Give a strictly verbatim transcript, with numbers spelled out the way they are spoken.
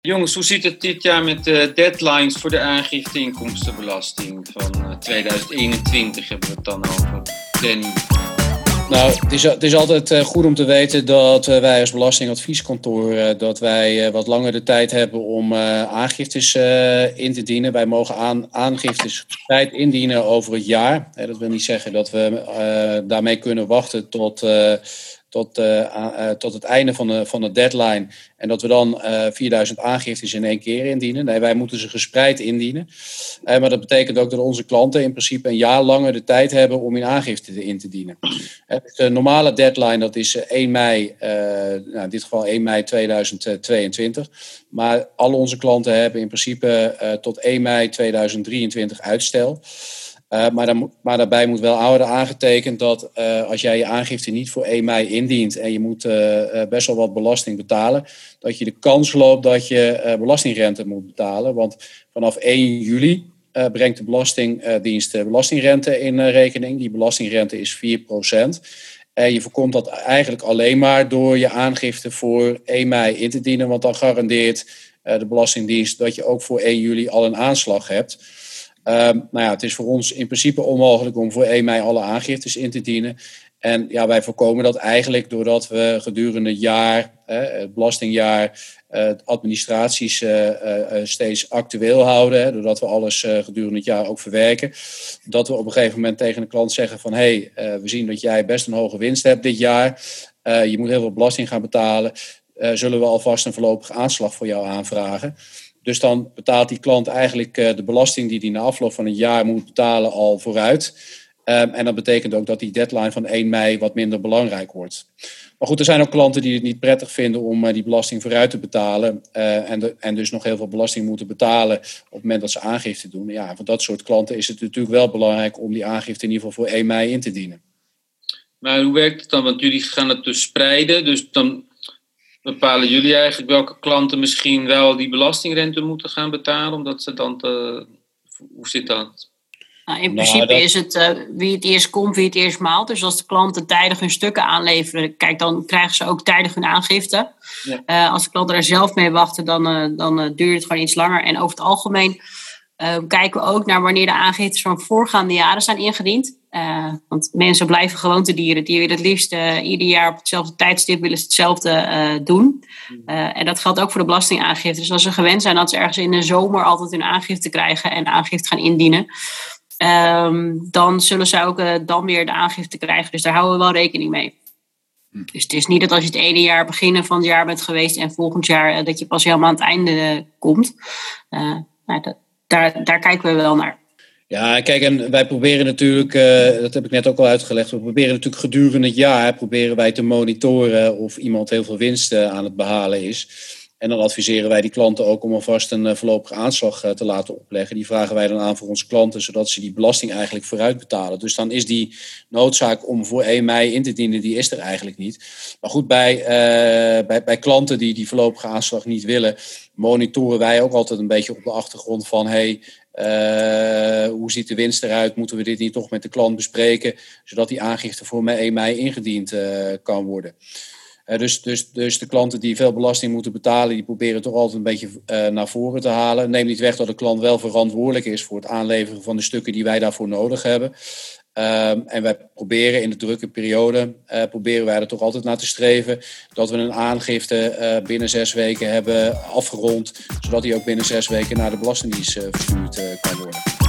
Jongens, hoe zit het dit jaar met de deadlines voor de aangifte inkomstenbelasting van tweeduizend eenentwintig? Hebben we het dan over, Danny? Nou, het is, het is altijd uh, goed om te weten dat uh, wij als belastingadvieskantoor uh, dat wij uh, wat langer de tijd hebben om uh, aangiftes uh, in te dienen. Wij mogen aan, aangiftes gespreid indienen over het jaar. Uh, dat wil niet zeggen dat we uh, daarmee kunnen wachten tot, uh, tot, uh, uh, tot het einde van de, van de deadline. En dat we dan uh, vierduizend aangiftes in één keer indienen. Nee, wij moeten ze gespreid indienen. Uh, maar dat betekent ook dat onze klanten in principe een jaar langer de tijd hebben om hun aangifte in te dienen. Uh, de normale deadline dat is één mei, uh, nou in dit geval één mei tweeduizend tweeëntwintig. Maar al onze klanten hebben in principe uh, tot één mei tweeduizend drieëntwintig uitstel. Uh, maar, dan, maar daarbij moet wel worden aangetekend dat uh, als jij je aangifte niet voor één mei indient en je moet uh, uh, best wel wat belasting betalen, dat je de kans loopt dat je uh, belastingrente moet betalen. Want vanaf één juli uh, brengt de Belastingdienst uh, belastingrente in uh, rekening. Die belastingrente is vier procent. En je voorkomt dat eigenlijk alleen maar door je aangifte voor één mei in te dienen, want dan garandeert uh, de Belastingdienst dat je ook voor één juli al een aanslag hebt. Um, nou ja, het is voor ons in principe onmogelijk om voor één mei alle aangiftes in te dienen. En ja, wij voorkomen dat eigenlijk doordat we gedurende het jaar, eh, het belastingjaar, uh, administraties uh, uh, steeds actueel houden. Hè, doordat we alles uh, gedurende het jaar ook verwerken. Dat we op een gegeven moment tegen de klant zeggen van hé, hey, uh, we zien dat jij best een hoge winst hebt dit jaar. Uh, je moet heel veel belasting gaan betalen. Uh, zullen we alvast een voorlopige aanslag voor jou aanvragen? Dus dan betaalt die klant eigenlijk uh, de belasting die hij na afloop van een jaar moet betalen al vooruit. Um, en dat betekent ook dat die deadline van één mei wat minder belangrijk wordt. Maar goed, er zijn ook klanten die het niet prettig vinden om uh, die belasting vooruit te betalen. Uh, en, de, en dus nog heel veel belasting moeten betalen op het moment dat ze aangifte doen. Ja, voor dat soort klanten is het natuurlijk wel belangrijk om die aangifte in ieder geval voor één mei in te dienen. Maar hoe werkt het dan? Want jullie gaan het dus spreiden, dus dan bepalen jullie eigenlijk welke klanten misschien wel die belastingrente moeten gaan betalen, omdat ze dan te, hoe zit dat? Nou, in principe nou, dat... is het uh, wie het eerst komt, wie het eerst maalt. Dus als de klanten tijdig hun stukken aanleveren, kijk, dan krijgen ze ook tijdig hun aangifte. Ja. Uh, als de klanten daar zelf mee wachten, dan, uh, dan uh, duurt het gewoon iets langer. En over het algemeen uh, kijken we ook naar wanneer de aangiftes van voorgaande jaren zijn ingediend. Uh, want mensen blijven gewoontedieren. Die willen het liefst uh, ieder jaar op hetzelfde tijdstip willen ze hetzelfde uh, doen. Uh, en dat geldt ook voor de belastingaangifte. Dus als ze gewend zijn dat ze ergens in de zomer altijd hun aangifte krijgen en aangifte gaan indienen, um, dan zullen ze ook uh, dan weer de aangifte krijgen. Dus daar houden we wel rekening mee. Dus het is niet dat als je het ene jaar beginnen van het jaar bent geweest en volgend jaar uh, dat je pas helemaal aan het einde uh, komt. Uh, nou, dat, daar, daar kijken we wel naar. Ja, kijk, en wij proberen natuurlijk, uh, dat heb ik net ook al uitgelegd, we proberen natuurlijk gedurende het jaar proberen wij te monitoren of iemand heel veel winst uh, aan het behalen is. En dan adviseren wij die klanten ook om alvast een uh, voorlopige aanslag uh, te laten opleggen. Die vragen wij dan aan voor onze klanten, zodat ze die belasting eigenlijk vooruit betalen. Dus dan is die noodzaak om voor één mei in te dienen, die is er eigenlijk niet. Maar goed, bij, uh, bij, bij klanten die die voorlopige aanslag niet willen, monitoren wij ook altijd een beetje op de achtergrond van hey, Uh, hoe ziet de winst eruit? Moeten we dit niet toch met de klant bespreken, zodat die aangifte voor één mei ingediend uh, kan worden? Uh, dus, dus, dus de klanten die veel belasting moeten betalen, die proberen toch altijd een beetje uh, naar voren te halen. Neem niet weg dat de klant wel verantwoordelijk is voor het aanleveren van de stukken die wij daarvoor nodig hebben. Um, en wij proberen in de drukke periode, uh, proberen wij er toch altijd naar te streven dat we een aangifte uh, binnen zes weken hebben afgerond, zodat die ook binnen zes weken naar de Belastingdienst uh, verstuurd uh, kan worden.